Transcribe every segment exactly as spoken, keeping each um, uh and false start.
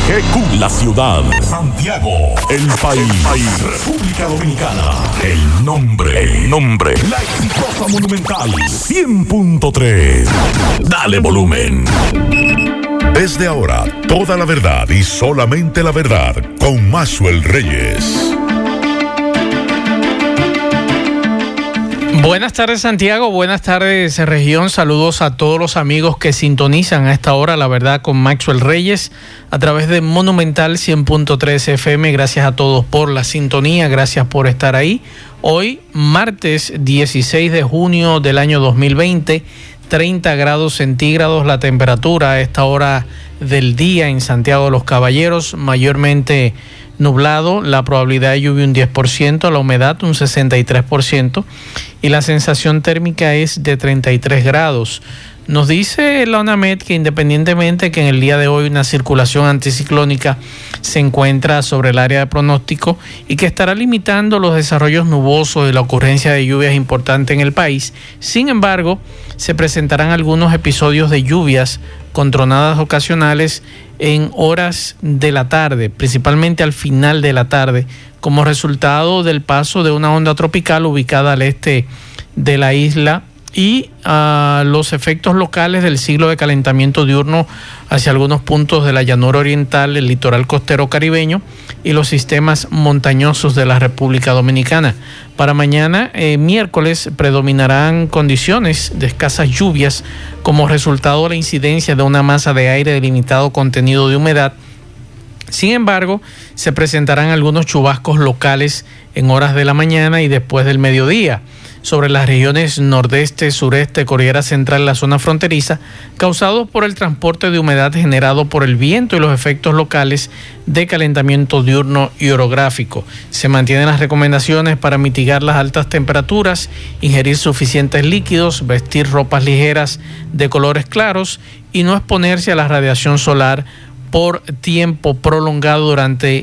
G Q, la ciudad. Santiago, el país. República Dominicana, el nombre. El nombre. La exitosa Monumental cien punto tres. Dale volumen. Desde ahora, toda la verdad y solamente la verdad con Maxwell Reyes. Buenas tardes, Santiago. Buenas tardes, región. Saludos a todos los amigos que sintonizan a esta hora, la verdad, con Maxwell Reyes a través de Monumental cien punto tres F M. Gracias a todos por la sintonía. Gracias por estar ahí. Hoy, martes dieciséis de junio del año dos mil veinte, treinta grados centígrados la temperatura a esta hora del día en Santiago de los Caballeros, mayormente nublado, la probabilidad de lluvia un diez por ciento, la humedad un sesenta y tres por ciento y la sensación térmica es de treinta y tres grados. Nos dice la ONAMED que independientemente que en el día de hoy una circulación anticiclónica se encuentra sobre el área de pronóstico y que estará limitando los desarrollos nubosos y la ocurrencia de lluvias importantes en el país, sin embargo, se presentarán algunos episodios de lluvias con tronadas ocasionales en horas de la tarde, principalmente al final de la tarde, como resultado del paso de una onda tropical ubicada al este de la isla y uh, los efectos locales del ciclo de calentamiento diurno hacia algunos puntos de la llanura oriental, el litoral costero caribeño y los sistemas montañosos de la República Dominicana. Para mañana, eh, miércoles, predominarán condiciones de escasas lluvias como resultado de la incidencia de una masa de aire de limitado contenido de humedad. Sin embargo, se presentarán algunos chubascos locales en horas de la mañana y después del mediodía sobre las regiones nordeste, sureste, cordillera central y la zona fronteriza, causados por el transporte de humedad generado por el viento y los efectos locales de calentamiento diurno y orográfico. Se mantienen las recomendaciones para mitigar las altas temperaturas, ingerir suficientes líquidos, vestir ropas ligeras de colores claros y no exponerse a la radiación solar por tiempo prolongado durante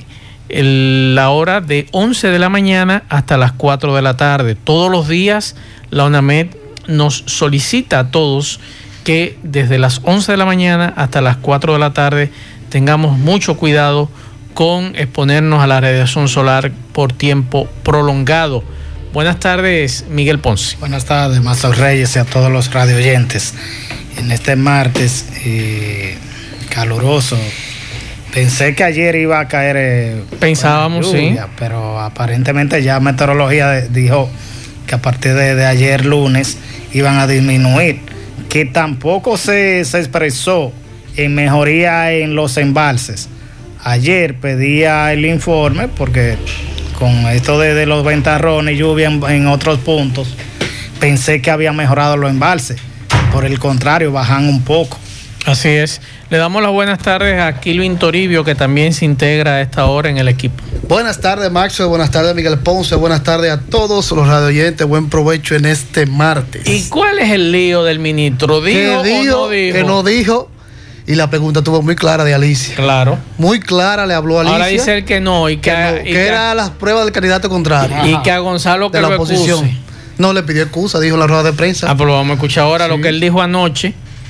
el, la hora de once de la mañana hasta las cuatro de la tarde. Todos los días la ONAMED nos solicita a todos que desde las once de la mañana hasta las cuatro de la tarde tengamos mucho cuidado con exponernos a la radiación solar por tiempo prolongado. Buenas tardes, Miguel Ponce. Buenas tardes, Maxwell Reyes, y a todos los radioyentes. En este martes eh, caluroso, pensé que ayer iba a caer eh, pensábamos lluvia, sí, pero aparentemente ya meteorología dijo que a partir de, de ayer lunes iban a disminuir, que tampoco se, se expresó en mejoría en los embalses. Ayer pedía el informe porque con esto de, de los ventarrones y lluvia en, en otros puntos, pensé que había mejorado los embalses. Por el contrario, bajan un poco. Así es. Le damos las buenas tardes a Kilvin Toribio, que también se integra a esta hora en el equipo. Buenas tardes, Maxwell. Buenas tardes, Miguel Ponce. Buenas tardes a todos los radioyentes. Buen provecho en este martes. ¿Y cuál es el lío del ministro? ¿Dijo que dijo, o no dijo? Que no dijo. Y la pregunta estuvo muy clara de Alicia. Claro. Muy clara le habló a Alicia. Ahora dice el que no. Y que, que, no, y que, que era las pruebas del candidato contrario. Y que a Gonzalo que de la lo oposición. excuse. No le pidió excusa, dijo en la rueda de prensa. Ah, pues lo vamos a escuchar ahora, sí. Lo que él dijo anoche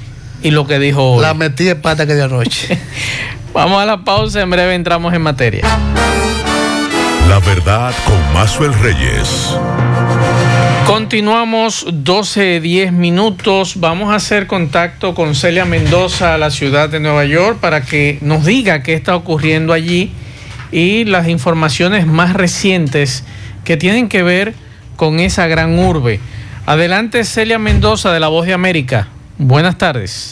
y lo que dijo hoy. La metí de pata que de anoche. Vamos a la pausa, en breve entramos en materia. La verdad con Maxwell Reyes. Continuamos, doce diez minutos. Vamos a hacer contacto con Celia Mendoza a la ciudad de Nueva York para que nos diga qué está ocurriendo allí y las informaciones más recientes que tienen que ver con esa gran urbe. Adelante, Celia Mendoza de La Voz de América. Buenas tardes.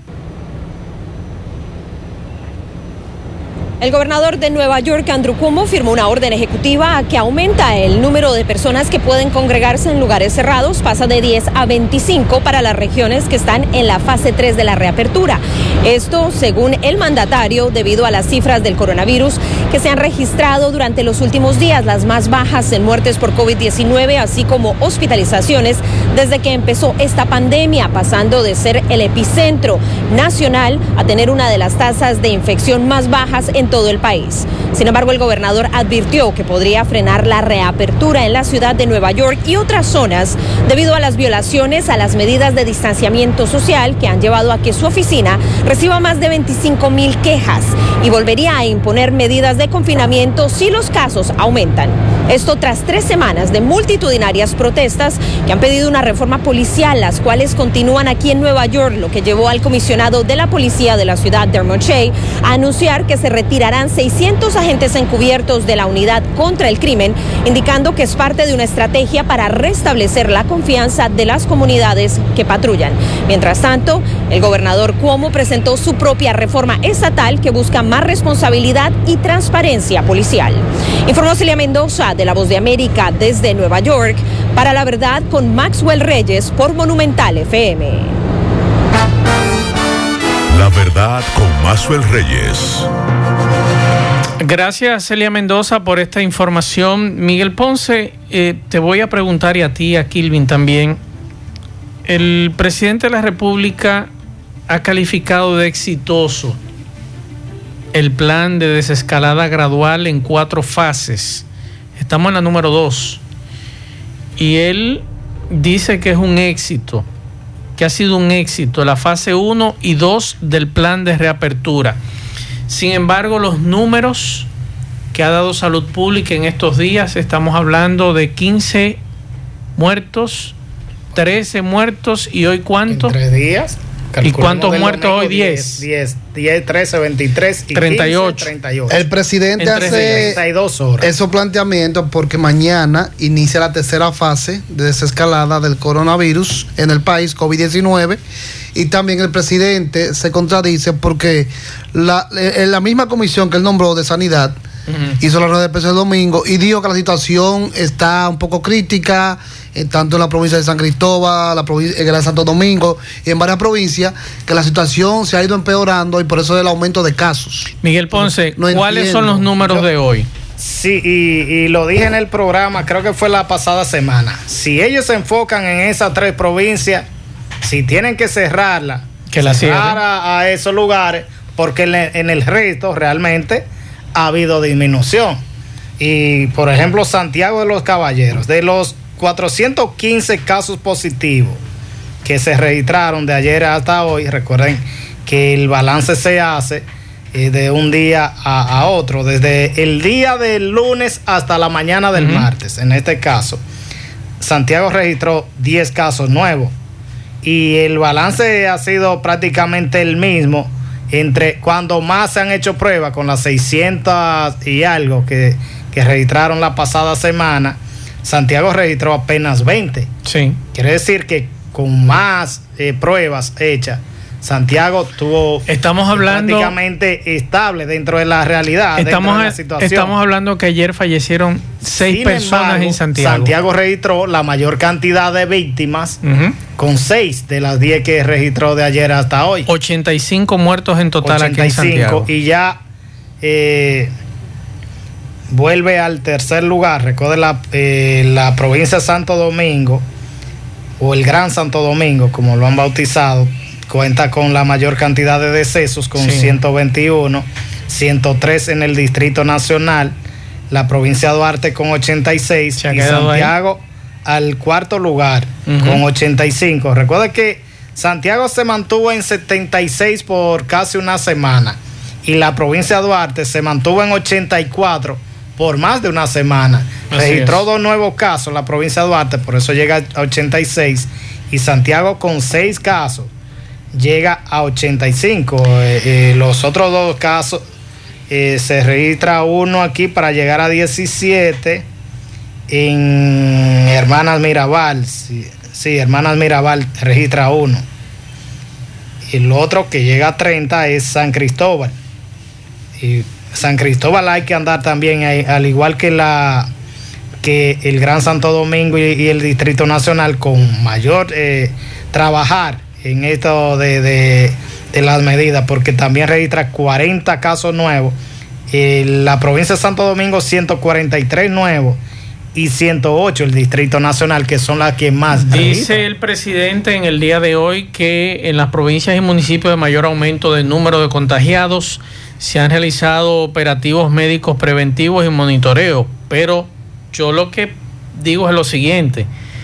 El gobernador de Nueva York, Andrew Cuomo, firmó una orden ejecutiva que aumenta el número de personas que pueden congregarse en lugares cerrados, pasa de diez a veinticinco para las regiones que están en la fase tres de la reapertura. Esto, según el mandatario, debido a las cifras del coronavirus que se han registrado durante los últimos días, las más bajas en muertes por COVID diecinueve, así como hospitalizaciones desde que empezó esta pandemia, pasando de ser el epicentro nacional a tener una de las tasas de infección más bajas en todo el país. Sin embargo, el gobernador advirtió que podría frenar la reapertura en la ciudad de Nueva York y otras zonas debido a las violaciones a las medidas de distanciamiento social que han llevado a que su oficina reciba más de veinticinco mil quejas y volvería a imponer medidas de confinamiento si los casos aumentan. Esto tras tres semanas de multitudinarias protestas que han pedido una reforma policial, las cuales continúan aquí en Nueva York, lo que llevó al comisionado de la policía de la ciudad, Dermot Shea, a anunciar que se retirarán seiscientos agentes encubiertos de la unidad contra el crimen, indicando que es parte de una estrategia para restablecer la confianza de las comunidades que patrullan. Mientras tanto, el gobernador Cuomo presentó su propia reforma estatal que busca más responsabilidad y transparencia policial. Informó Celia Mendoza de La Voz de América desde Nueva York, para La Verdad con Maxwell Reyes por Monumental F M. La Verdad con Maxwell Reyes. Gracias, Celia Mendoza, por esta información. Miguel Ponce, eh, te voy a preguntar, y a ti, a Kilvin también. El presidente de la República ha calificado de exitoso el plan de desescalada gradual en cuatro fases. Estamos en la número dos. Y él dice que es un éxito, que ha sido un éxito la fase uno y dos del plan de reapertura. Sin embargo, los números que ha dado Salud Pública en estos días, estamos hablando de quince muertos, trece muertos y hoy ¿cuánto? En tres días. ¿Y cuántos muertos hoy? diez. diez, diez, trece, veintitrés y treinta y ocho. quince, treinta y ocho. El presidente En hace treinta y dos horas. esos planteamientos porque mañana inicia la tercera fase de desescalada del coronavirus en el país, COVID diecinueve, y también el presidente se contradice porque la, la misma comisión que él nombró de sanidad uh-huh. hizo la rueda de prensa el domingo y dijo que la situación está un poco crítica, eh, tanto en la provincia de San Cristóbal, la provincia, en Gran Santo Domingo y en varias provincias, que la situación se ha ido empeorando y por eso es el aumento de casos. Miguel Ponce, no ¿cuáles entiendo. son los números Yo, de hoy? Sí, y, y lo dije en el programa, creo que fue la pasada semana. Si ellos se enfocan en esas tres provincias, si tienen que cerrarla, que la cerrar a, a esos lugares, porque en, en el resto realmente ha habido disminución. Y por ejemplo, Santiago de los Caballeros, de los cuatrocientos quince casos positivos que se registraron de ayer hasta hoy, recuerden que el balance se hace eh, de un día a, a otro, desde el día del lunes hasta la mañana del uh-huh. martes. En este caso, Santiago registró diez casos nuevos y el balance ha sido prácticamente el mismo entre cuando más se han hecho pruebas, con las seiscientas y algo que, que registraron la pasada semana. Santiago registró apenas veinte. Sí. Quiere decir que con más eh, pruebas hechas, Santiago tuvo estamos hablando, prácticamente estable dentro de la realidad. Estamos, de la situación. Estamos hablando que ayer fallecieron seis Sin personas embargo, en Santiago. Santiago registró la mayor cantidad de víctimas, uh-huh. con seis de las diez que registró de ayer hasta hoy. ochenta y cinco muertos en total ochenta y cinco, aquí en Santiago. Y ya eh, vuelve al tercer lugar. Recuerde la, eh, la provincia de Santo Domingo, o el Gran Santo Domingo, como lo han bautizado, cuenta con la mayor cantidad de decesos, con sí. ciento veintiuno, ciento tres en el Distrito Nacional, la provincia de Duarte con ochenta y seis y Santiago ahí al cuarto lugar uh-huh. con ochenta y cinco. Recuerde que Santiago se mantuvo en setenta y seis por casi una semana y la provincia de Duarte se mantuvo en ochenta y cuatro por más de una semana. Así registró es. dos nuevos casos la provincia de Duarte, por eso llega a ochenta y seis, y Santiago con seis casos llega a ochenta y cinco. Eh, eh, los otros dos casos eh, se registra uno aquí para llegar a diecisiete en Hermanas Mirabal. Sí, sí, Hermanas Mirabal registra uno. Y el otro que llega a treinta es San Cristóbal. Y San Cristóbal hay que andar también ahí, al igual que la que el Gran Santo Domingo y, y el Distrito Nacional, con mayor eh, trabajar en esto de, de, de las medidas, porque también registra cuarenta casos nuevos. Eh, la provincia de Santo Domingo ciento cuarenta y tres nuevos y ciento ocho el Distrito Nacional, que son las que más dice registran. el presidente en el día de hoy que en las provincias y municipios de mayor aumento del número de contagiados se han realizado operativos médicos preventivos y monitoreo, pero yo lo que digo es lo siguiente: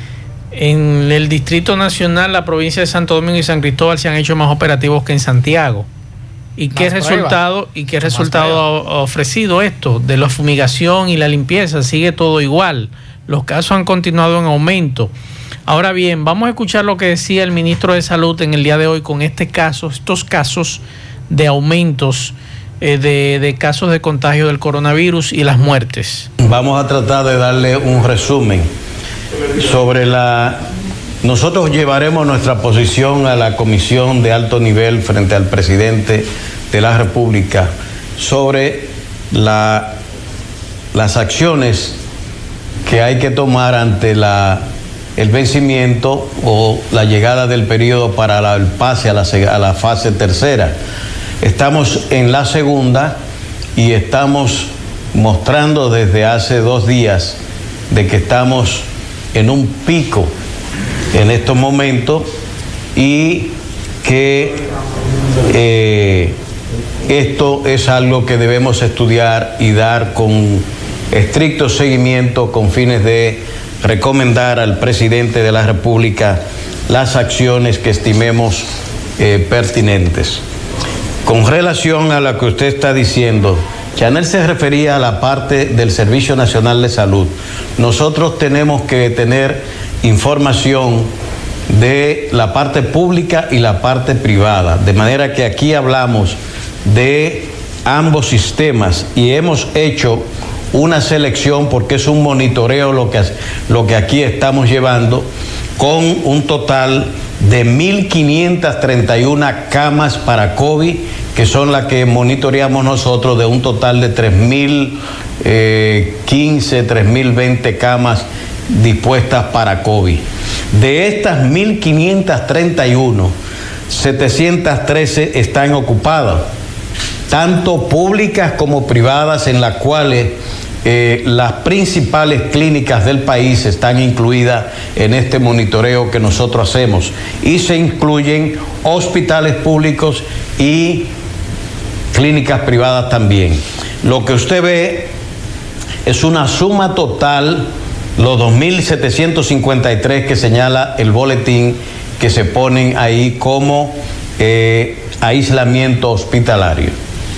en el Distrito Nacional, la provincia de Santo Domingo y San Cristóbal se han hecho más operativos que en Santiago. ¿Y qué resultado, y qué resultado ha ofrecido esto? De la fumigación y la limpieza, sigue todo igual. Los casos han continuado en aumento. Ahora bien, vamos a escuchar lo que decía el ministro de Salud en el día de hoy con este caso, estos casos de aumentos eh, de, de casos de contagio del coronavirus y las muertes. Vamos a tratar de darle un resumen sobre la... Nosotros llevaremos nuestra posición a la comisión de alto nivel frente al presidente de la República sobre la, las acciones que hay que tomar ante la, el vencimiento o la llegada del periodo para la, el pase a la, a la fase tercera. Estamos en la segunda y estamos mostrando desde hace dos días de que estamos en un pico en estos momentos y que eh, esto es algo que debemos estudiar y dar con estricto seguimiento con fines de recomendar al presidente de la República las acciones que estimemos eh, pertinentes. Con relación a lo que usted está diciendo, Chanel se refería a la parte del Servicio Nacional de Salud. Nosotros tenemos que tener información de la parte pública y la parte privada, de manera que aquí hablamos de ambos sistemas y hemos hecho una selección porque es un monitoreo lo que, lo que aquí estamos llevando con un total de mil quinientas treinta y una camas para COVID, que son las que monitoreamos nosotros, de un total de tres mil quince, tres mil veinte camas dispuestas para COVID. De estas mil quinientas treinta y uno, setecientas trece están ocupadas, tanto públicas como privadas, en las cuales eh, las principales clínicas del país están incluidas en este monitoreo que nosotros hacemos, y se incluyen hospitales públicos y clínicas privadas también. Lo que usted ve es una suma total, los dos mil setecientos cincuenta y tres que señala el boletín, que se ponen ahí como eh, aislamiento hospitalario.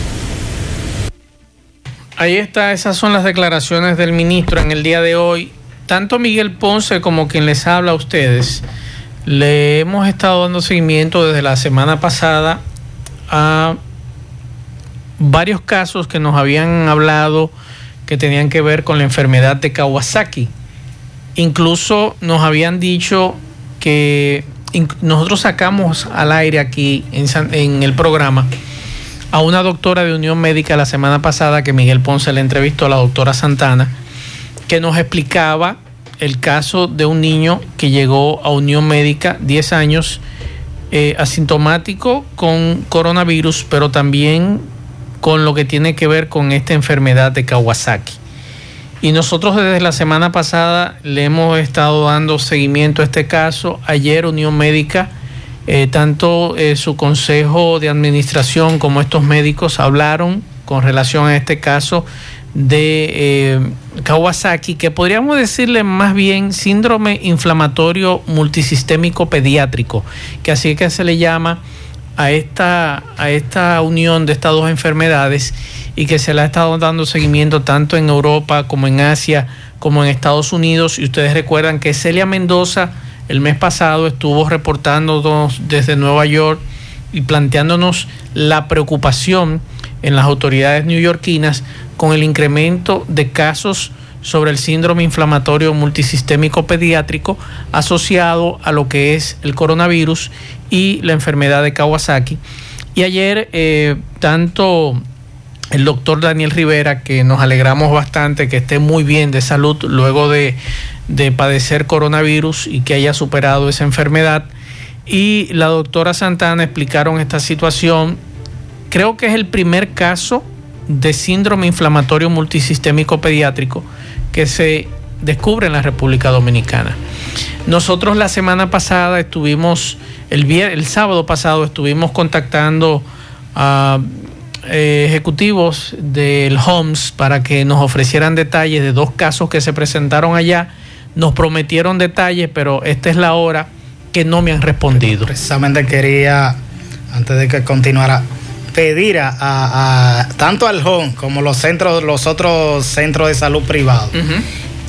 Ahí está, esas son las declaraciones del ministro en el día de hoy. Tanto Miguel Ponce como quien les habla a ustedes, le hemos estado dando seguimiento desde la semana pasada a varios casos que nos habían hablado que tenían que ver con la enfermedad de Kawasaki. Incluso nos habían dicho que nosotros sacamos al aire aquí en, San, en el programa a una doctora de Unión Médica la semana pasada, que Miguel Ponce le entrevistó, a la doctora Santana, que nos explicaba el caso de un niño que llegó a Unión Médica, diez años, eh, asintomático con coronavirus, pero también con lo que tiene que ver con esta enfermedad de Kawasaki. Y nosotros desde la semana pasada le hemos estado dando seguimiento a este caso. Ayer Unión Médica, eh, tanto eh, su consejo de administración como estos médicos hablaron con relación a este caso de eh, Kawasaki, que podríamos decirle más bien síndrome inflamatorio multisistémico pediátrico, que así es que se le llama a esta, a esta unión de estas dos enfermedades, y que se le ha estado dando seguimiento tanto en Europa como en Asia como en Estados Unidos. Y ustedes recuerdan que Celia Mendoza el mes pasado estuvo reportándonos desde Nueva York y planteándonos la preocupación en las autoridades neoyorquinas con el incremento de casos sobre el síndrome inflamatorio multisistémico pediátrico asociado a lo que es el coronavirus y la enfermedad de Kawasaki. Y ayer eh, tanto el doctor Daniel Rivera, que nos alegramos bastante que esté muy bien de salud luego de, de padecer coronavirus y que haya superado esa enfermedad, y la doctora Santana explicaron esta situación. Creo que es el primer caso de síndrome inflamatorio multisistémico pediátrico que se descubre en la República Dominicana. Nosotros la semana pasada estuvimos, el, vier, el sábado pasado estuvimos contactando a eh, ejecutivos del H O M S para que nos ofrecieran detalles de dos casos que se presentaron allá. Nos prometieron detalles, pero esta es la hora que no me han respondido. Precisamente quería, antes de que continuara, pedir a, a, a tanto al H O M S como los centros, los otros centros de salud privados, uh-huh.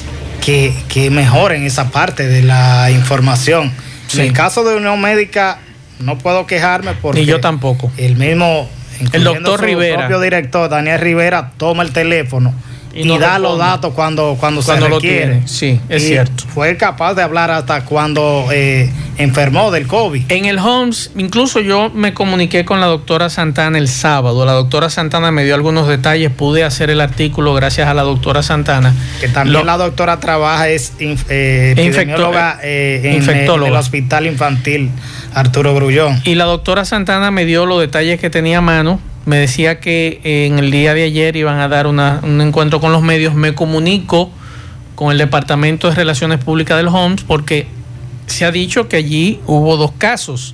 que, que mejoren esa parte de la información. Sí. En el caso de Unión Médica no puedo quejarme porque ni yo tampoco. El mismo, el doctor su Rivera, propio director Daniel Rivera, toma el teléfono y, y no da los datos cuando, cuando, cuando se requiere. Sí, es y cierto. Fue capaz de hablar hasta cuando eh, enfermó del COVID. En el H O M S, incluso yo me comuniqué con la doctora Santana el sábado. La doctora Santana me dio algunos detalles. Pude hacer el artículo gracias a la doctora Santana. Que también Lo, la doctora trabaja, es eh, epidemióloga eh, en, en el Hospital Infantil Arturo Grullón. Y la doctora Santana me dio los detalles que tenía a mano. Me decía que en el día de ayer iban a dar una, un encuentro con los medios. Me comunico con el Departamento de Relaciones Públicas del H O M S porque se ha dicho que allí hubo dos casos.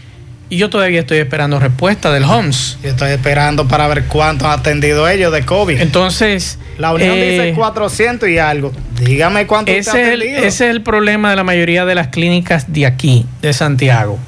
Y yo todavía estoy esperando respuesta del H O M S. Yo estoy esperando para ver cuánto han atendido ellos de COVID. Entonces, la Unión eh, dice cuatrocientos y algo. Dígame cuánto ese usted ha es atendido. El, ese es el problema de la mayoría de las clínicas de aquí, de Santiago.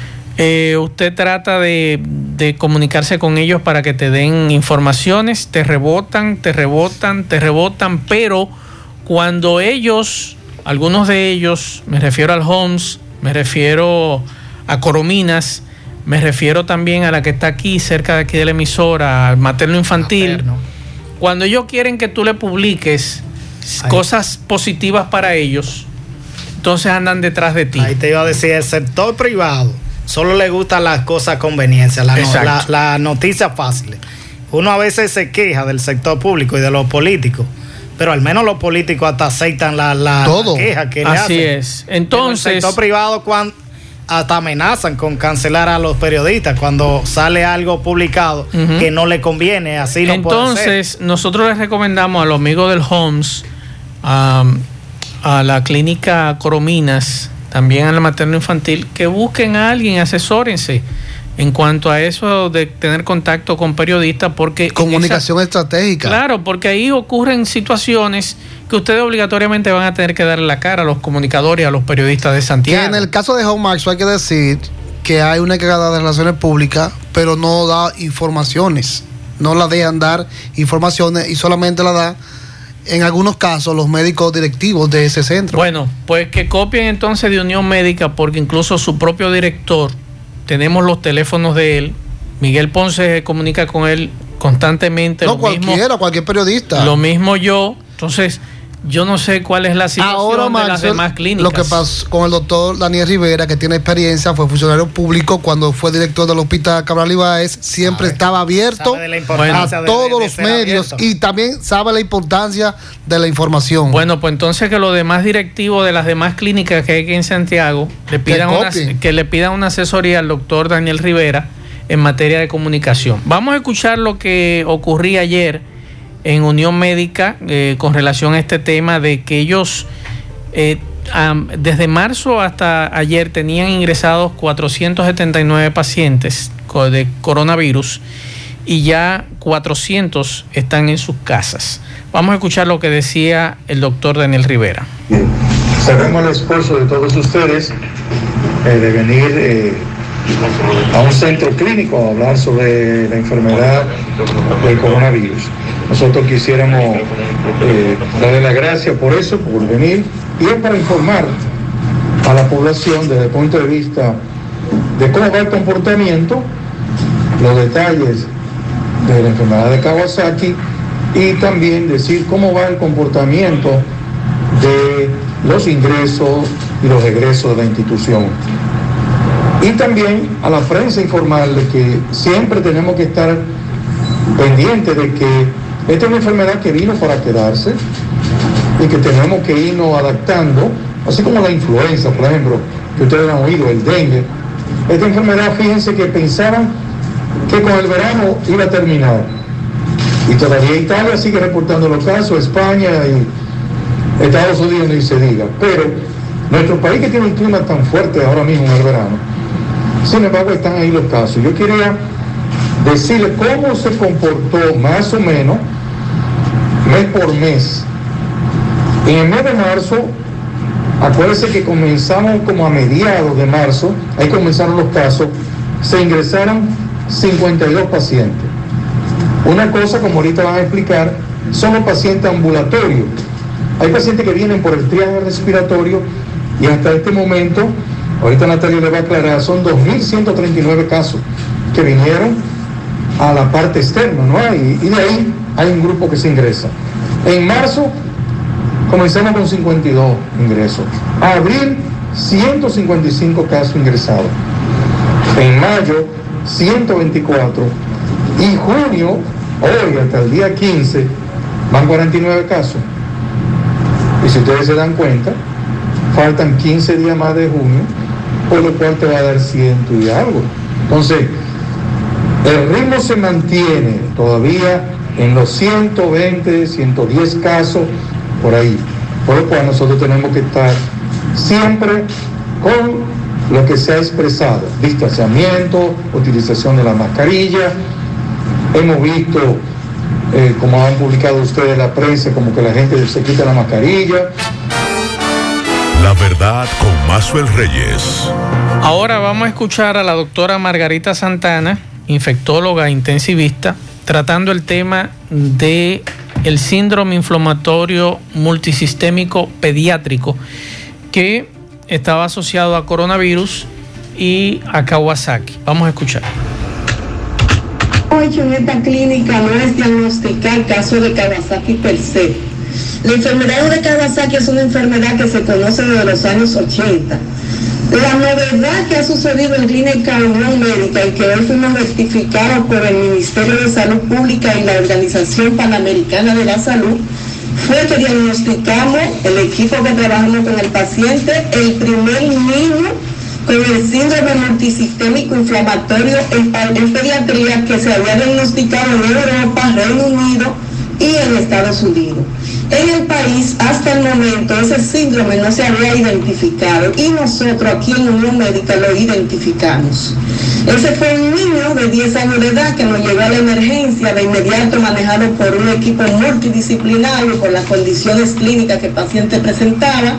Eh, usted trata de, de comunicarse con ellos para que te den informaciones, te rebotan, te rebotan, te rebotan, pero cuando ellos, algunos de ellos, me refiero al H O M S, me refiero a Corominas, me refiero también a la que está aquí, cerca de aquí de la emisora, al materno infantil, Materno. Cuando ellos quieren que tú le publiques Ay. cosas positivas para ellos, entonces andan detrás de ti. Ahí te iba a decir, el sector privado solo le gustan las cosas conveniencias, las no, la, la noticias fáciles. Uno a veces se queja del sector público y de los políticos, pero al menos los políticos hasta aceptan la, la, la queja que le hacen. Así es. Entonces, en el sector privado cuando, hasta amenazan con cancelar a los periodistas cuando sale algo publicado uh-huh. que no le conviene, así no Entonces, puede ser. Nosotros les recomendamos a los amigos del H O M S, um, a la clínica Corominas, también a la materno infantil, que busquen a alguien, asesórense en cuanto a eso de tener contacto con periodistas, porque comunicación esa, estratégica. Claro, porque ahí ocurren situaciones que ustedes obligatoriamente van a tener que darle la cara a los comunicadores, a los periodistas de Santiago. Que en el caso de H O M S hay que decir que hay una encargada de relaciones públicas, pero no da informaciones, no la dejan dar informaciones y solamente la da en algunos casos los médicos directivos de ese centro. Bueno, pues que copien entonces de Unión Médica, porque incluso su propio director, tenemos los teléfonos de él, Miguel Ponce se comunica con él constantemente. No, lo cualquiera, mismo, cualquier periodista. Lo mismo yo, entonces yo no sé cuál es la situación Ahora, Maxwell, de las demás clínicas. Lo que pasó con el doctor Daniel Rivera, que tiene experiencia, fue funcionario público cuando fue director del hospital Cabral Ibáez, siempre sabe, estaba abierto a todos de, de los medios abierto. Y también sabe la importancia de la información. Bueno, pues entonces que los demás directivos de las demás clínicas que hay aquí en Santiago le pidan una, que le pidan una asesoría al doctor Daniel Rivera en materia de comunicación. Vamos a escuchar lo que ocurría ayer en Unión Médica eh, con relación a este tema de que ellos eh, um, desde marzo hasta ayer tenían ingresados cuatrocientos setenta y nueve pacientes de coronavirus y ya cuatrocientos están en sus casas. Vamos a escuchar lo que decía el doctor Daniel Rivera. Bien. Sabemos el esfuerzo de todos ustedes eh, de venir eh, a un centro clínico a hablar sobre la enfermedad del coronavirus. Nosotros quisiéramos eh, darle las gracias por eso, por venir, y es para informar a la población desde el punto de vista de cómo va el comportamiento, los detalles de la enfermedad de Kawasaki y también decir cómo va el comportamiento de los ingresos y los egresos de la institución. Y también a la prensa informarle que siempre tenemos que estar pendientes de que esta es una enfermedad que vino para quedarse y que tenemos que irnos adaptando, así como la influenza, por ejemplo, que ustedes han oído, el dengue. Esta enfermedad, fíjense que pensaban que con el verano iba a terminar. Y todavía Italia sigue reportando los casos, España Estados Unidos ni se diga, pero nuestro país, que tiene un clima tan fuerte ahora mismo en el verano, sin embargo están ahí los casos. Yo quería decirle cómo se comportó más o menos mes por mes. En el mes de marzo, acuérdense que comenzamos como a mediados de marzo, ahí comenzaron los casos, se ingresaron cincuenta y dos pacientes. Una cosa, como ahorita van a explicar, son los pacientes ambulatorios. Hay pacientes que vienen por el triaje respiratorio y hasta este momento, ahorita Natalia le va a aclarar, son dos mil ciento treinta y nueve casos que vinieron a la parte externa, ¿no? Y, y de ahí hay un grupo que se ingresa. En marzo comenzamos con cincuenta y dos ingresos. Abril, ciento cincuenta y cinco casos ingresados. En mayo, ciento veinticuatro. Y junio, hoy hasta el día quince, van cuarenta y nueve casos. Y si ustedes se dan cuenta, faltan quince días más de junio, por lo cual te va a dar ciento y algo. Entonces, el ritmo se mantiene todavía en los ciento veinte, ciento diez casos, por ahí. Por lo cual nosotros tenemos que estar siempre con lo que se ha expresado: distanciamiento, utilización de la mascarilla. Hemos visto, eh, como han publicado ustedes en la prensa, como que la gente se quita la mascarilla. La verdad con Maxwell Reyes. Ahora vamos a escuchar a la doctora Margarita Santana, infectóloga intensivista, tratando el tema de el síndrome inflamatorio multisistémico pediátrico, que estaba asociado a coronavirus y a Kawasaki. Vamos a escuchar. Lo hecho en esta clínica no es diagnosticar casos de Kawasaki per se. La enfermedad de Kawasaki es una enfermedad que se conoce desde los años ochenta. La novedad que ha sucedido en Clínica Unión Médica y que hoy fuimos rectificados por el Ministerio de Salud Pública y la Organización Panamericana de la Salud fue que diagnosticamos, el equipo que trabajamos con el paciente, el primer niño con el síndrome multisistémico inflamatorio en, en pediatría que se había diagnosticado en Europa, Reino Unido y en Estados Unidos. En el país, hasta el momento, ese síndrome no se había identificado y nosotros aquí en Unión Médica lo identificamos. Ese fue un niño de diez años de edad que nos llevó a la emergencia, de inmediato manejado por un equipo multidisciplinario por las condiciones clínicas que el paciente presentaba.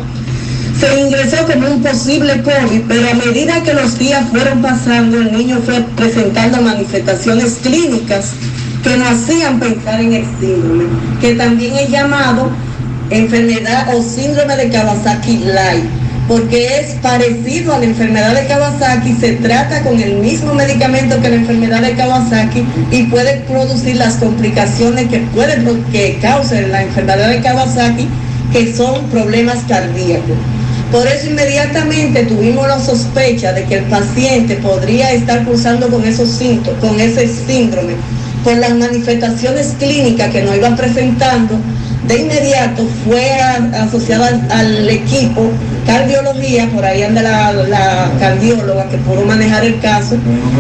Se ingresó como un posible COVID, pero a medida que los días fueron pasando, el niño fue presentando manifestaciones clínicas que nos hacían pensar en el síndrome, que también es llamado enfermedad o síndrome de Kawasaki Light, porque es parecido a la enfermedad de Kawasaki, se trata con el mismo medicamento que la enfermedad de Kawasaki y puede producir las complicaciones que puede que cause la enfermedad de Kawasaki, que son problemas cardíacos. Por eso inmediatamente tuvimos la sospecha de que el paciente podría estar cursando con esos síntomas, con ese síndrome, por las manifestaciones clínicas que nos iban presentando. De inmediato fue a, asociada al, al equipo cardiología, por ahí anda la, la cardióloga que pudo manejar el caso,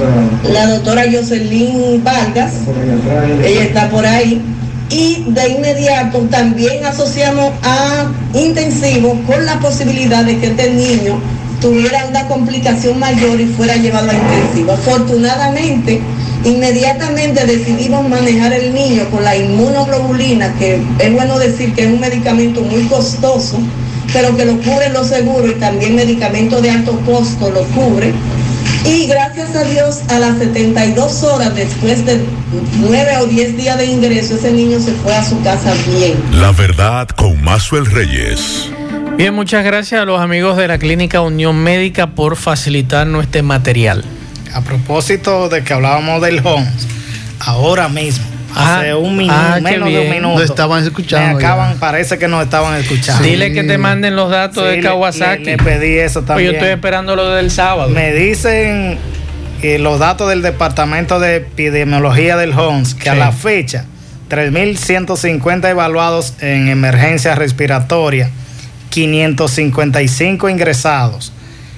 la doctora Jocelyn Vargas, ella está por ahí, y de inmediato también asociamos a intensivo con la posibilidad de que este niño tuviera una complicación mayor y fuera llevado a intensivo. Afortunadamente, inmediatamente decidimos manejar el niño con la inmunoglobulina, que es bueno decir que es un medicamento muy costoso, pero que lo cubren los seguros, y también medicamento de alto costo lo cubre. Y gracias a Dios, a las setenta y dos horas después de nueve o diez días de ingreso, ese niño se fue a su casa bien. La verdad con Maxwell Reyes. Bien, muchas gracias a los amigos de la Clínica Unión Médica por facilitarnos este material. A propósito de que hablábamos del H O M S, ahora mismo, ah, hace un minuto, ah, menos bien. de un minuto, No estaban escuchando. me acaban, ya. parece que nos estaban escuchando. Sí. Dile que te manden los datos Sí, de Kawasaki. Le, le, le pedí eso Pues también. yo estoy esperando lo del sábado. Me dicen eh, los datos del Departamento de Epidemiología del H O M S, que sí, a la fecha, tres mil ciento cincuenta evaluados en emergencia respiratoria, quinientos cincuenta y cinco ingresados.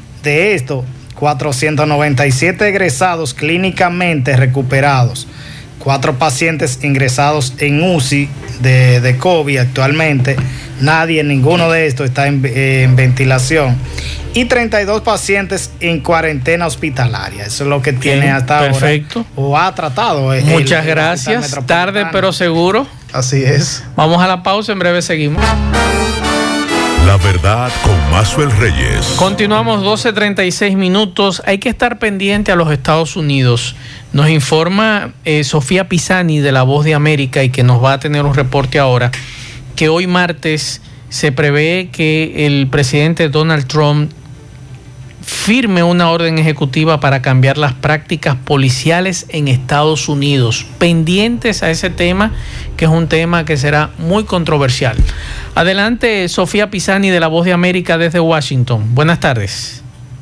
De esto, cuatrocientos noventa y siete egresados clínicamente recuperados, cuatro pacientes ingresados en U C I de, de COVID actualmente. Nadie, ninguno de estos está en, en ventilación. Y treinta y dos pacientes en cuarentena hospitalaria. Eso es lo que tiene Bien, hasta perfecto. ahora. O ha tratado. el- Muchas el gracias. Tarde pero seguro. Así es. Vamos a la pausa, en breve seguimos. La verdad con Maxwell Reyes. Continuamos doce treinta y seis minutos. Hay que estar pendiente a los Estados Unidos. Nos informa eh, Sofía Pisani de La Voz de América, y que nos va a tener un reporte ahora, que hoy martes se prevé que el presidente Donald Trump firme una orden ejecutiva para cambiar las prácticas policiales en Estados Unidos. Pendientes a ese tema, que es un tema que será muy controversial. Adelante, Sofía Pisani de La Voz de América desde Washington. Buenas tardes.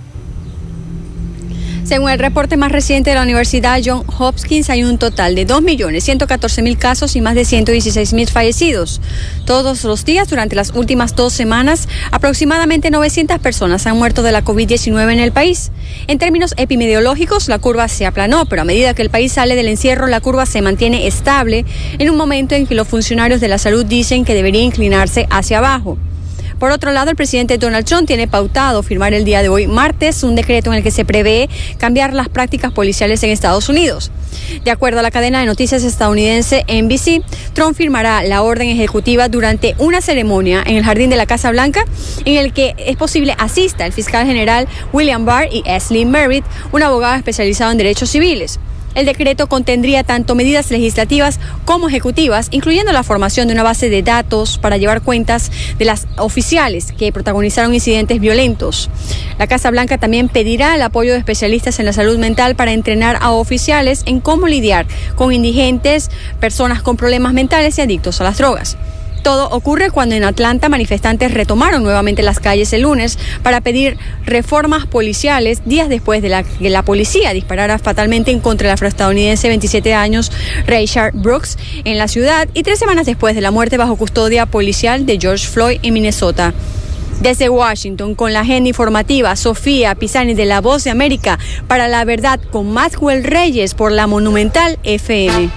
Según el reporte más reciente de la Universidad Johns Hopkins, hay un total de dos millones ciento catorce mil casos y más de ciento dieciséis mil fallecidos. Todos los días, durante las últimas dos semanas, aproximadamente novecientas personas han muerto de la COVID diecinueve en el país. En términos epidemiológicos, la curva se aplanó, pero a medida que el país sale del encierro, la curva se mantiene estable en un momento en que los funcionarios de la salud dicen que debería inclinarse hacia abajo. Por otro lado, el presidente Donald Trump tiene pautado firmar el día de hoy, martes, un decreto en el que se prevé cambiar las prácticas policiales en Estados Unidos. De acuerdo a la cadena de noticias estadounidense N B C, Trump firmará la orden ejecutiva durante una ceremonia en el jardín de la Casa Blanca, en el que es posible asista el fiscal general William Barr y Ashley Merritt, un abogado especializado en derechos civiles. El decreto contendría tanto medidas legislativas como ejecutivas, incluyendo la formación de una base de datos para llevar cuentas de las oficiales que protagonizaron incidentes violentos. La Casa Blanca también pedirá el apoyo de especialistas en la salud mental para entrenar a oficiales en cómo lidiar con indigentes, personas con problemas mentales y adictos a las drogas. Todo ocurre cuando en Atlanta manifestantes retomaron nuevamente las calles el lunes para pedir reformas policiales, días después de la, que la policía disparara fatalmente en contra del afroestadounidense de veintisiete años Rayshard Brooks en la ciudad, y tres semanas después de la muerte bajo custodia policial de George Floyd en Minnesota. Desde Washington, con la agenda informativa, Sofía Pisani de La Voz de América, para La Verdad con Maxwell Reyes por la Monumental F M.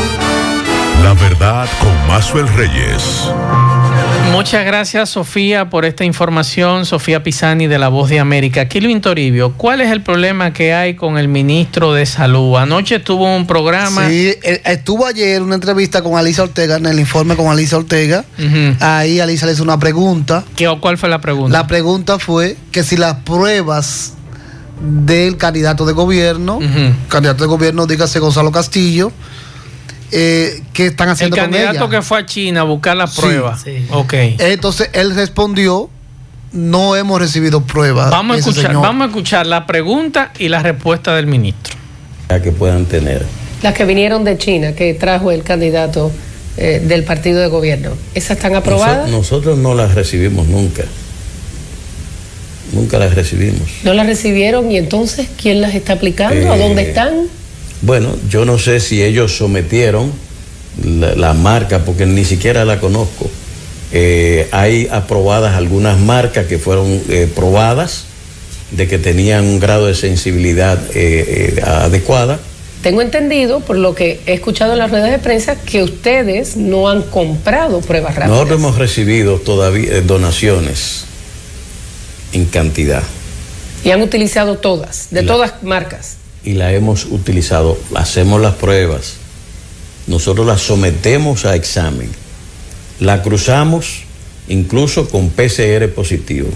La verdad con Maxwell Reyes. Muchas gracias, Sofía, por esta información. Sofía Pisani de La Voz de América. Kilvin Toribio, ¿cuál es el problema que hay con el ministro de Salud? Anoche tuvo un programa. Sí, estuvo ayer una entrevista con Alicia Ortega, en el informe con Alicia Ortega. Uh-huh. Ahí Alicia le hizo una pregunta. ¿Qué, ¿Cuál fue la pregunta? La pregunta fue que si las pruebas del candidato de gobierno, uh-huh. candidato de gobierno, dígase Gonzalo Castillo, Eh, ¿qué están haciendo con ella? El candidato que fue a China a buscar las pruebas. Sí, sí. Okay. Entonces él respondió: no hemos recibido pruebas. Vamos a escuchar, vamos a escuchar la pregunta y la respuesta del ministro. Que puedan tener. Las que vinieron de China, que trajo el candidato eh, del partido de gobierno, ¿esas están aprobadas? Nosotros, nosotros no las recibimos nunca. Nunca las recibimos. ¿No las recibieron? ¿Y entonces quién las está aplicando? Eh, ¿A dónde están? Bueno, yo no sé si ellos sometieron la, la marca, porque ni siquiera la conozco. Eh, hay aprobadas algunas marcas que fueron eh, probadas, de que tenían un grado de sensibilidad eh, eh, adecuada. Tengo entendido, por lo que he escuchado en las ruedas de prensa, que ustedes no han comprado pruebas rápidas. Nosotros hemos recibido todavía eh, donaciones en cantidad. Y han utilizado todas, de la, todas marcas. Y la hemos utilizado, hacemos las pruebas, nosotros las sometemos a examen, la cruzamos incluso con P C R positivo.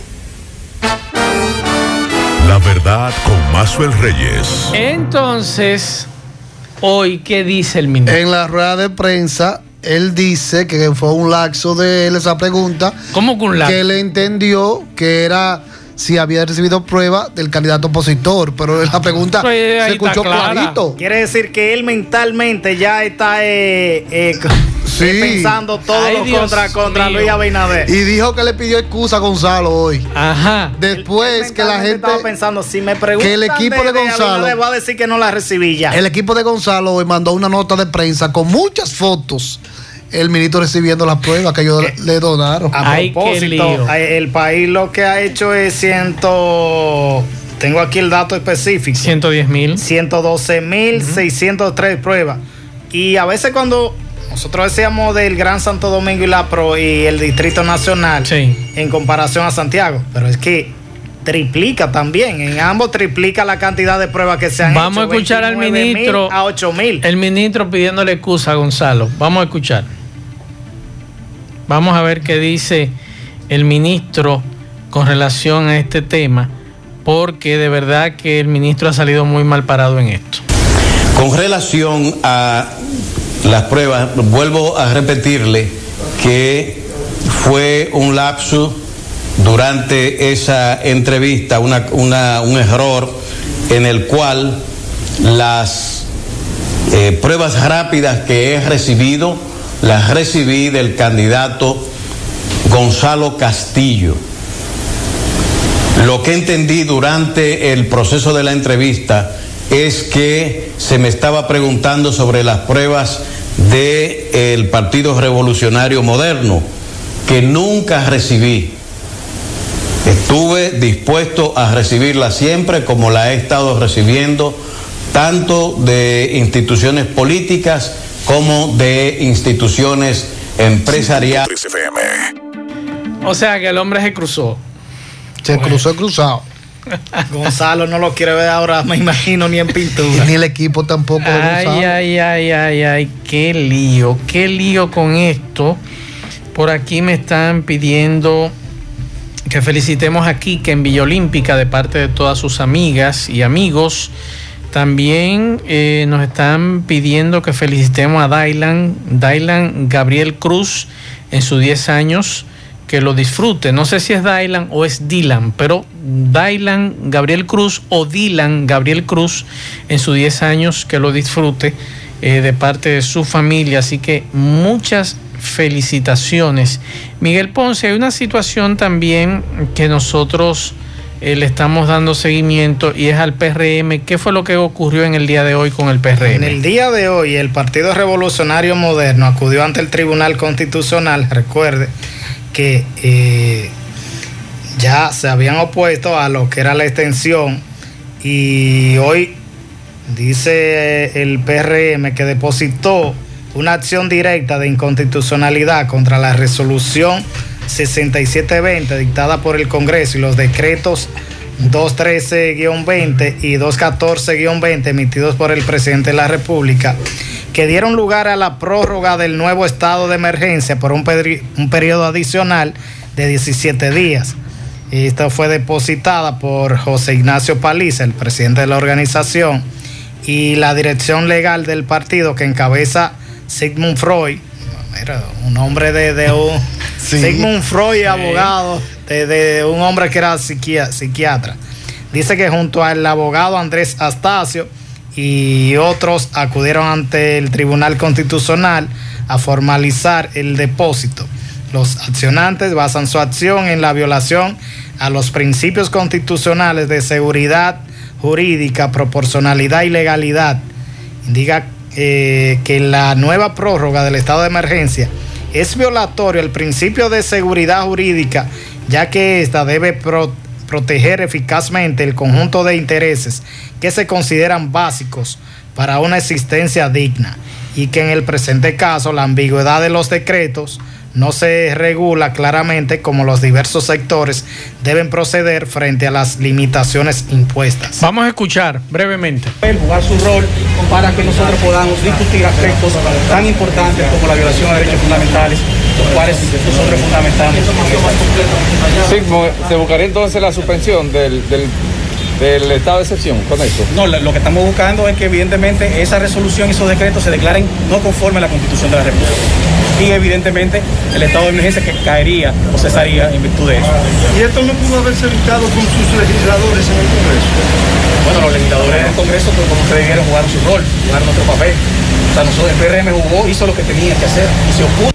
La verdad con Maxwell Reyes. Entonces, hoy, ¿qué dice el ministro? En la rueda de prensa, él dice que fue un laxo de él esa pregunta. ¿Cómo que un laxo? Que él entendió que era si había recibido prueba del candidato opositor, pero la pregunta pues se escuchó clarito. Quiere decir que él mentalmente ya está eh, eh, sí. eh, pensando todo Ay, lo Dios contra, contra Luis Abinader. Y dijo que le pidió excusa a Gonzalo hoy. Ajá. Después él, que la gente estaba pensando, si me preguntan que el equipo de, de Gonzalo le va a decir que no la recibí ya. El equipo de Gonzalo hoy mandó una nota de prensa con muchas fotos. El ministro recibiendo las pruebas que ellos le donaron. A Ay, propósito, el país lo que ha hecho es ciento... Tengo aquí el dato específico. ciento diez mil. ciento doce mil seiscientos tres pruebas. Y a veces cuando nosotros decíamos del Gran Santo Domingo y la Pro y el Distrito Nacional, sí, en comparación a Santiago, pero es que triplica también, en ambos triplica la cantidad de pruebas que se han Vamos hecho. Vamos a escuchar al ministro, a ocho mil. El ministro pidiéndole excusa a Gonzalo. Vamos a escuchar. Vamos a ver qué dice el ministro con relación a este tema, porque de verdad que el ministro ha salido muy mal parado en esto. Con relación a las pruebas, vuelvo a repetirle que fue un lapsus durante esa entrevista, una, una, un error en el cual las eh, pruebas rápidas que he recibido, las recibí del candidato Gonzalo Castillo. Lo que entendí durante el proceso de la entrevista es que se me estaba preguntando sobre las pruebas del Partido Revolucionario Moderno, que nunca recibí. Estuve dispuesto a recibirlas siempre, como la he estado recibiendo, tanto de instituciones políticas como de instituciones empresariales. O sea que el hombre se cruzó. Se bueno. cruzó cruzado. Gonzalo no lo quiere ver ahora, me imagino, ni en pintura. Ni el equipo tampoco. Ay, ay, ay, ay, ay, qué lío, qué lío con esto. Por aquí me están pidiendo que felicitemos a Quique en Villa Olímpica de parte de todas sus amigas y amigos. También eh, nos están pidiendo que felicitemos a Dailan, Dailan Gabriel Cruz en sus diez años. Que lo disfrute, no sé si es Dailan o es Dylan, pero Dailan Gabriel Cruz o Dylan Gabriel Cruz en sus diez años, que lo disfrute eh, de parte de su familia, así que muchas felicitaciones. Miguel Ponce, hay una situación también que nosotros eh, le estamos dando seguimiento y es al P R M. ¿Qué fue lo que ocurrió en el día de hoy con el P R M? En el día de hoy el Partido Revolucionario Moderno acudió ante el Tribunal Constitucional, recuerde, que eh, ya se habían opuesto a lo que era la extensión y hoy dice el P R M que depositó una acción directa de inconstitucionalidad contra la resolución sesenta y siete veinte dictada por el Congreso y los decretos doscientos trece guion veinte y doscientos catorce guion veinte emitidos por el presidente de la República, que dieron lugar a la prórroga del nuevo estado de emergencia por un, peri- un periodo adicional de diecisiete días. Esta fue depositada por José Ignacio Paliza, el presidente de la organización, y la dirección legal del partido que encabeza Sigmund Freud, era un hombre de, de un sí. Sigmund Freud, abogado, de, de un hombre que era psiqui- psiquiatra. Dice que junto al abogado Andrés Astacio y otros acudieron ante el Tribunal Constitucional a formalizar el depósito. Los accionantes basan su acción en la violación a los principios constitucionales de seguridad jurídica, proporcionalidad y legalidad. Indica eh, que la nueva prórroga del estado de emergencia es violatorio al principio de seguridad jurídica, ya que ésta debe pro- proteger eficazmente el conjunto de intereses que se consideran básicos para una existencia digna, y que en el presente caso la ambigüedad de los decretos no se regula claramente cómo los diversos sectores deben proceder frente a las limitaciones impuestas. Vamos a escuchar brevemente. Jugar su rol para que nosotros podamos discutir aspectos tan importantes como la violación de derechos fundamentales, los cuales nosotros fundamentamos. Sí, se buscaría entonces la suspensión del, del, del estado de excepción con eso. No, lo que estamos buscando es que evidentemente esa resolución y esos decretos se declaren no conforme a la Constitución de la República. Y evidentemente el estado de emergencia que caería o cesaría en virtud de eso. ¿Y esto no pudo haberse evitado con sus legisladores en el Congreso? Bueno, los legisladores en el Congreso, como ustedes vieron, jugaron su rol, jugaron nuestro papel. O sea, nosotros, el P R M jugó, hizo lo que tenía que hacer y se opuso.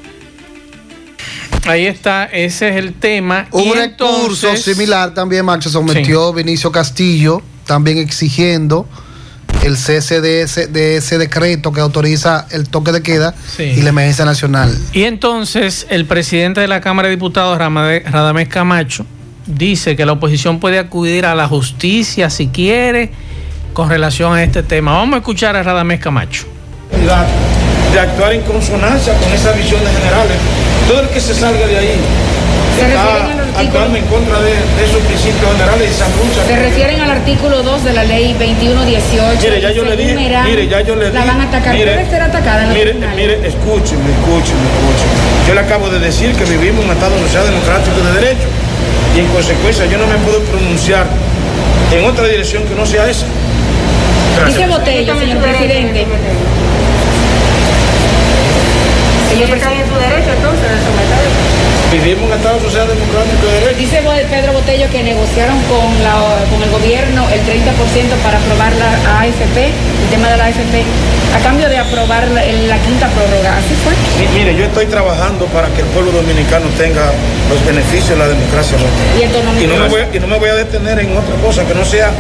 Ahí está, ese es el tema. Un y recurso entonces... similar también, Max, se sometió sí. Vinicio Castillo, también exigiendo el cese de ese, de ese decreto que autoriza el toque de queda sí. y la emergencia nacional. Y entonces el presidente de la Cámara de Diputados, Radamés Camacho, dice que la oposición puede acudir a la justicia si quiere con relación a este tema. Vamos a escuchar a Radamés Camacho. de actuar en consonancia con esas visiones generales. Todo el que se salga de ahí está actuando en contra de, de esos principios generales y esa lucha. Se refieren al artículo dos de la ley veintiuno dieciocho. Mire, ya yo le dije, mire, ya yo le dije. La van a atacar, mire, puede ser atacada en los mire, tribunales. mire, escúcheme, escúcheme, escúcheme. Yo le acabo de decir que vivimos en un Estado social democrático de derecho y en consecuencia yo no me puedo pronunciar en otra dirección que no sea esa. Gracias. Dice Botello, señor presidente. Ellos están en su derecho entonces de someterse. Vivimos en un Estado social democrático de derecho. Dice Pedro Botello que negociaron con, la, con el gobierno el treinta por ciento para aprobar la A F P, el tema de la A F P, a cambio de aprobar la, la quinta prórroga. ¿Así fue? Sí, mire, yo estoy trabajando para que el pueblo dominicano tenga los beneficios de la democracia. Y, y, no me voy, y no me voy a detener en otra cosa que no sea...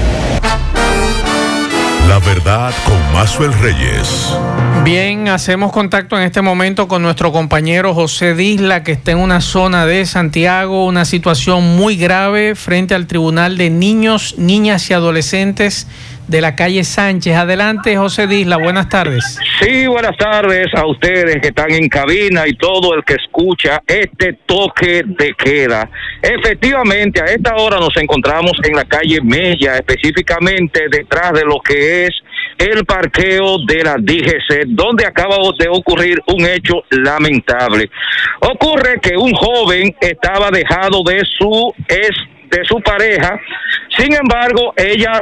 La verdad con Maxwell Reyes. Bien, hacemos contacto en este momento con nuestro compañero José Disla, que está en una zona de Santiago, una situación muy grave frente al Tribunal de Niños, Niñas y Adolescentes de la calle Sánchez. Adelante, José Disla, buenas tardes. Sí, buenas tardes a ustedes que están en cabina y todo el que escucha este toque de queda. Efectivamente, a esta hora nos encontramos en la calle Mella, específicamente detrás de lo que es el parqueo de la D G C, donde acaba de ocurrir un hecho lamentable. Ocurre que un joven estaba dejado de su ex, de su pareja, sin embargo, ella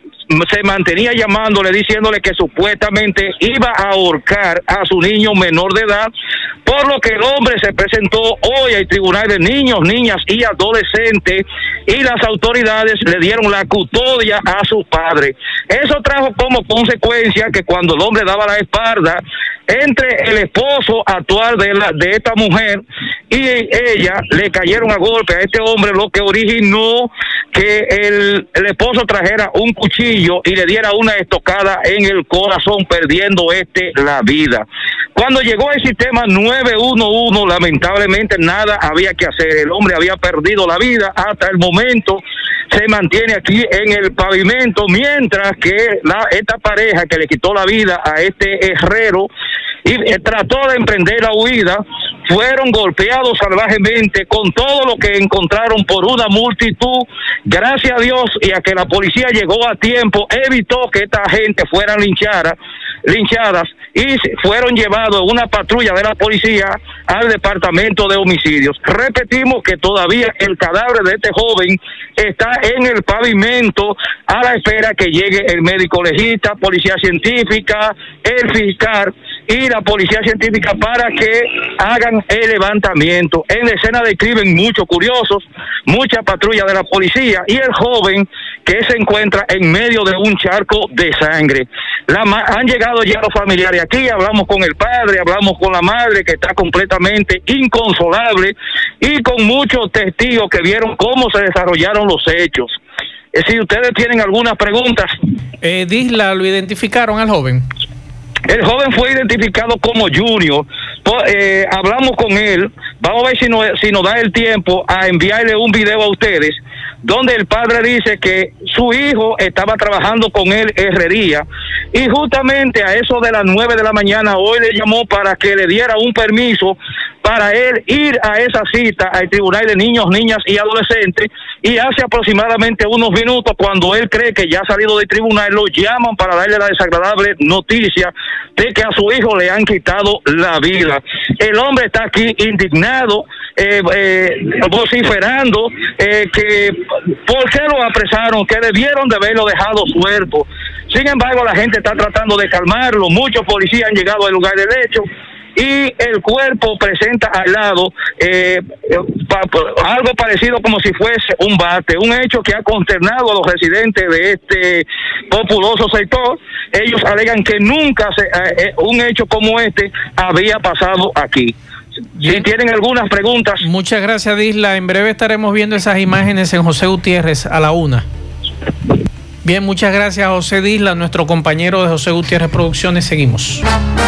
se mantenía llamándole, diciéndole que supuestamente iba a ahorcar a su niño menor de edad, por lo que el hombre se presentó hoy al Tribunal de Niños, Niñas y Adolescentes y las autoridades le dieron la custodia a su padre. Eso trajo como consecuencia que cuando el hombre daba la espalda entre el esposo actual de, la, de esta mujer y ella, le cayeron a golpe a este hombre, lo que originó que el, el esposo trajera un cuchillo y le diera una estocada en el corazón, perdiendo este la vida. Cuando llegó el sistema nueve uno uno, lamentablemente nada había que hacer. El hombre había perdido la vida. Hasta el momento se mantiene aquí en el pavimento, mientras que la, esta pareja que le quitó la vida a este herrero y eh, trató de emprender la huida, fueron golpeados salvajemente con todo lo que encontraron por una multitud. Gracias a Dios y a que la policía llegó a tiempo, evitó que esta gente fueran linchada, linchadas y fueron llevados una patrulla de la policía al departamento de homicidios. Repetimos que todavía el cadáver de este joven está en el pavimento a la espera que llegue el médico legista, policía científica, el fiscal y la policía científica para que hagan el levantamiento. En la escena de crimen, muchos curiosos, mucha patrulla de la policía y el joven que se encuentra en medio de un charco de sangre. La han llegado ya los familiares aquí, hablamos con el padre, hablamos con la madre que está completamente inconsolable y con muchos testigos que vieron cómo se desarrollaron los hechos. Eh, si ustedes tienen algunas preguntas. Eh, Disla, ¿lo identificaron al joven? El joven fue identificado como Junior. Eh, hablamos con él. Vamos a ver si nos, si nos da el tiempo a enviarle un video a ustedes, donde el padre dice que su hijo estaba trabajando con él herrería y justamente a eso de las nueve de la mañana hoy le llamó para que le diera un permiso para él ir a esa cita al Tribunal de Niños, Niñas y Adolescentes, y hace aproximadamente unos minutos, cuando él cree que ya ha salido del tribunal, lo llaman para darle la desagradable noticia de que a su hijo le han quitado la vida. El hombre está aquí indignado, eh, eh, vociferando eh, que por qué lo apresaron, que debieron de haberlo dejado suelto. Sin embargo, la gente está tratando de calmarlo. Muchos policías han llegado al lugar del hecho y el cuerpo presenta al lado eh, pa, pa, algo parecido como si fuese un bate, un hecho que ha consternado a los residentes de este populoso sector. Ellos alegan que nunca se, eh, un hecho como este había pasado aquí. Bien. Si tienen algunas preguntas. Muchas gracias, Disla. En breve estaremos viendo esas imágenes en José Gutiérrez a la una. Bien, muchas gracias, José Disla, nuestro compañero de José Gutiérrez Producciones. Seguimos.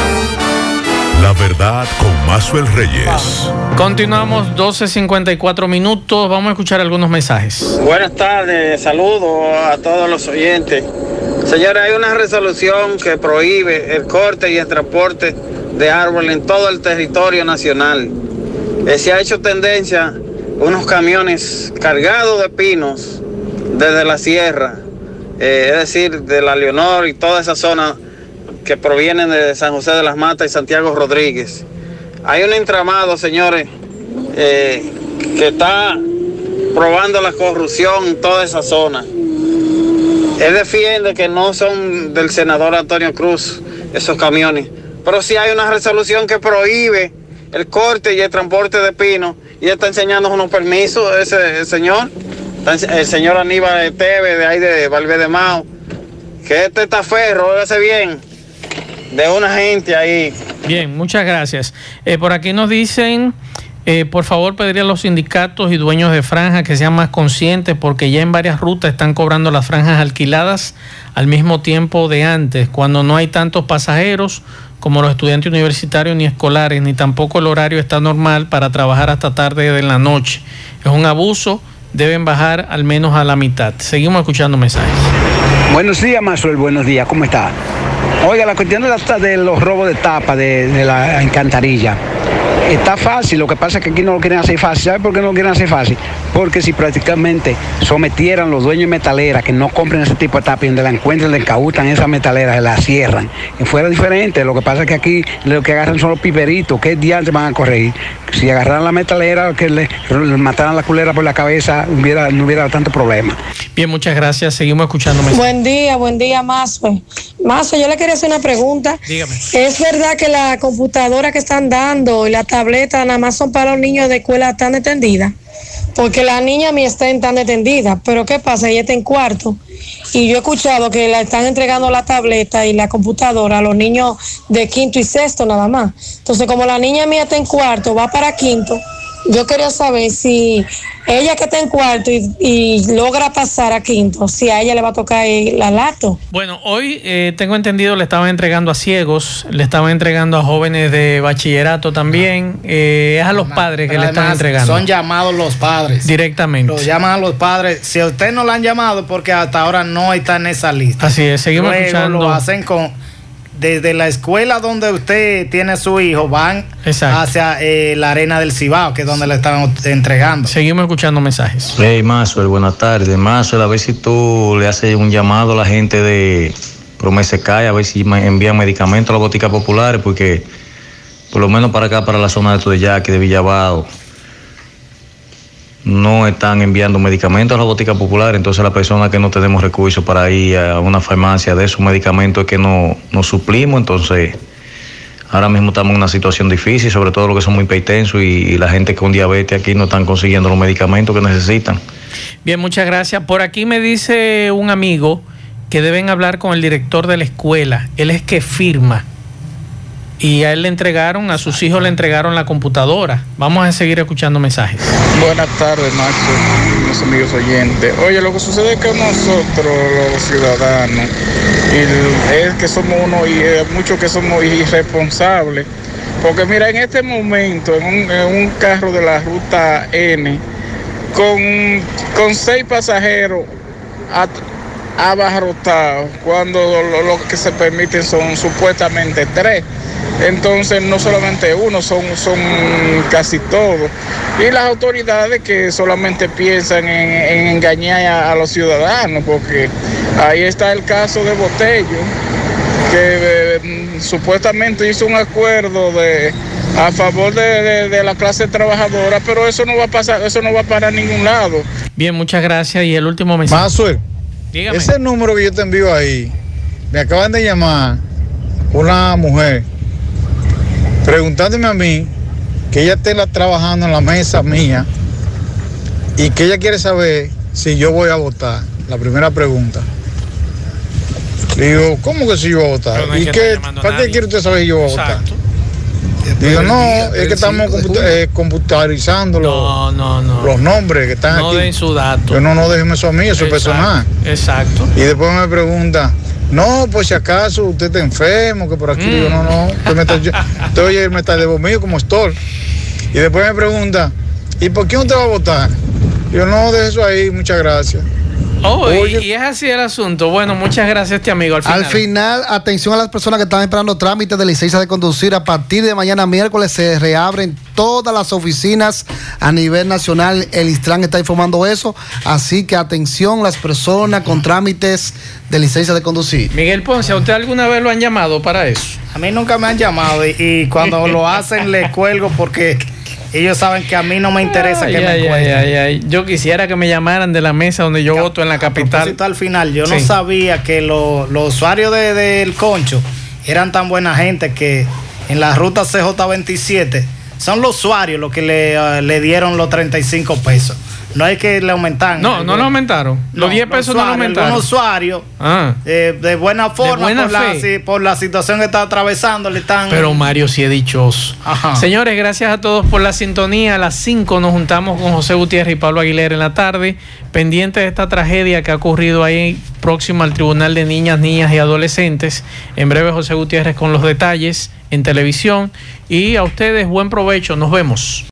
La verdad con Maxwell Reyes. Continuamos, doce cincuenta y cuatro minutos. Vamos a escuchar algunos mensajes. Buenas tardes, saludos a todos los oyentes. Señora, hay una resolución que prohíbe el corte y el transporte de árbol en todo el territorio nacional. Eh, se ha hecho tendencia unos camiones cargados de pinos desde la sierra, eh, es decir, de la Leonor y toda esa zona que provienen de San José de las Matas y Santiago Rodríguez. Hay un entramado, señores, eh, que está probando la corrupción en toda esa zona. Él defiende que no son del senador Antonio Cruz esos camiones, pero sí hay una resolución que prohíbe el corte y el transporte de pino, y él está enseñando unos permisos, ese el señor, el señor Aníbal Esteve, de ahí de Valverde Mao, que este taferro, óigase bien, de una gente ahí. Bien, muchas gracias. Eh, por aquí nos dicen, eh, por favor, pediría a los sindicatos y dueños de franjas que sean más conscientes, porque ya en varias rutas están cobrando las franjas alquiladas al mismo tiempo de antes, cuando no hay tantos pasajeros como los estudiantes universitarios ni escolares, ni tampoco el horario está normal para trabajar hasta tarde de la noche. Es un abuso, deben bajar al menos a la mitad. Seguimos escuchando mensajes. Buenos días, Maxwell, buenos días, ¿cómo está? Oiga, la cuestión de, la, de los robos de tapa de, de la alcantarilla está fácil, lo que pasa es que aquí no lo quieren hacer fácil. ¿Sabe por qué no lo quieren hacer fácil? Porque si prácticamente sometieran los dueños de metaleras que no compren ese tipo de tapa y donde la encuentren, le incautan esas metaleras, la cierran. Y fuera diferente, lo que pasa es que aquí lo que agarran son los piperitos, ¿qué diantres van a corregir? Si agarraran la metalera, que le, le mataran la culera por la cabeza, hubiera, no hubiera tanto problema. Bien, muchas gracias, seguimos escuchando mensajes. Buen día, buen día, Mazo. Mazo, yo le quería hacer una pregunta. Dígame. ¿Es verdad que la computadora que están dando y la tableta nada más son para los niños de escuela tan detendida? Porque la niña mía está en tan detendida, pero ¿qué pasa? Ella está en cuarto y yo he escuchado que la están entregando la tableta y la computadora a los niños de quinto y sexto nada más. Entonces, como la niña mía está en cuarto, va para quinto, yo quería saber si ella que está en cuarto y, y logra pasar a quinto, si a ella le va a tocar la lato. Bueno, hoy eh, tengo entendido le estaban entregando a ciegos, le estaban entregando a jóvenes de bachillerato también, eh, es a los padres que le están entregando. Son llamados los padres. Directamente. Los llaman a los padres. Si a usted no lo han llamado, porque hasta ahora no está en esa lista. Así es, seguimos Luego escuchando. Lo hacen con... Desde la escuela donde usted tiene a su hijo, van Exacto. hacia eh, la arena del Cibao, que es donde le están entregando. Seguimos escuchando mensajes. Hey, Maxwell, buenas tardes. Maxwell, a ver si tú le haces un llamado a la gente de Promesa Calle, a ver si envían medicamentos a las boticas populares, porque por lo menos para acá, para la zona de Tudeyaque, de Villabao, no están enviando medicamentos a las boticas populares. Entonces las personas que no tenemos recursos para ir a una farmacia de esos medicamentos que no nos suplimos, entonces ahora mismo estamos en una situación difícil, sobre todo los que son muy hipertensos y, y la gente con diabetes aquí no están consiguiendo los medicamentos que necesitan. Bien, muchas gracias. Por aquí me dice un amigo que deben hablar con el director de la escuela, él es que firma. Y a él le entregaron, a sus hijos le entregaron la computadora. Vamos a seguir escuchando mensajes. Buenas tardes, Maxwell, mis amigos oyentes. Oye, lo que sucede es que nosotros, los ciudadanos, y es que somos unos, y muchos que somos irresponsables. Porque mira, en este momento, en un, en un carro de la ruta N, con, con seis pasajeros at, abarrotados, cuando lo, lo que se permiten son supuestamente tres. Entonces no solamente uno, son, son casi todos. Y las autoridades que solamente piensan en, en engañar a, a los ciudadanos, porque ahí está el caso de Botello, que eh, supuestamente hizo un acuerdo de a favor de, de, de la clase trabajadora, pero eso no va a pasar, eso no va para ningún lado. Bien, muchas gracias. Y el último mensaje. Maxwell, dígame. Ese número que yo te envío ahí, me acaban de llamar una mujer preguntándome a mí que ella esté trabajando en la mesa mía y que ella quiere saber si yo voy a votar. La primera pregunta. Digo, ¿cómo que si yo voy a votar? No ¿Y qué, para qué quiere usted saber si yo voy a votar? Exacto. Digo, no, es que estamos computa eh, computarizando no, los, no, no. los nombres que están no aquí. No den su dato. Yo no, no déjeme eso a mí, eso es personal. Exacto. Y después me pregunta, no, por si acaso usted está enfermo, que por aquí, mm. digo, no, no, usted me está, yo, usted oye, me está de mío como Stor. Y después me pregunta, ¿y por qué usted va a votar? Yo no, deje eso ahí, muchas gracias. Oh, y, y es así el asunto. Bueno, muchas gracias, este amigo. Al final. Al final, atención a las personas que están esperando trámites de licencia de conducir. A partir de mañana miércoles se reabren todas las oficinas a nivel nacional. El Istran está informando eso. Así que atención las personas con trámites de licencia de conducir. Miguel Ponce, ¿a usted alguna vez lo han llamado para eso? A mí nunca me han llamado y, y cuando lo hacen le cuelgo porque ellos saben que a mí no me interesa ay, que ay, me cuelguen. Ay, ay, ay. Yo quisiera que me llamaran de la mesa donde yo voto en la capital. Al final, yo sí. no sabía que lo, los usuarios del de, Concho eran tan buena gente que en la ruta C J veintisiete son los usuarios los que le, uh, le dieron los treinta y cinco pesos. No es que le aumentaron. No, no lo aumentaron. Los no, diez pesos no lo aumentaron. Algunos usuarios ah. eh, de buena forma, de buena por, la, si, por la situación que está atravesando, le están. Pero Mario sí es dichoso. Ajá. Señores, gracias a todos por la sintonía. A las cinco nos juntamos con José Gutiérrez y Pablo Aguilera en la tarde, pendiente de esta tragedia que ha ocurrido ahí próximo al Tribunal de Niñas, Niñas y Adolescentes. En breve José Gutiérrez con los detalles en televisión. Y a ustedes, buen provecho. Nos vemos.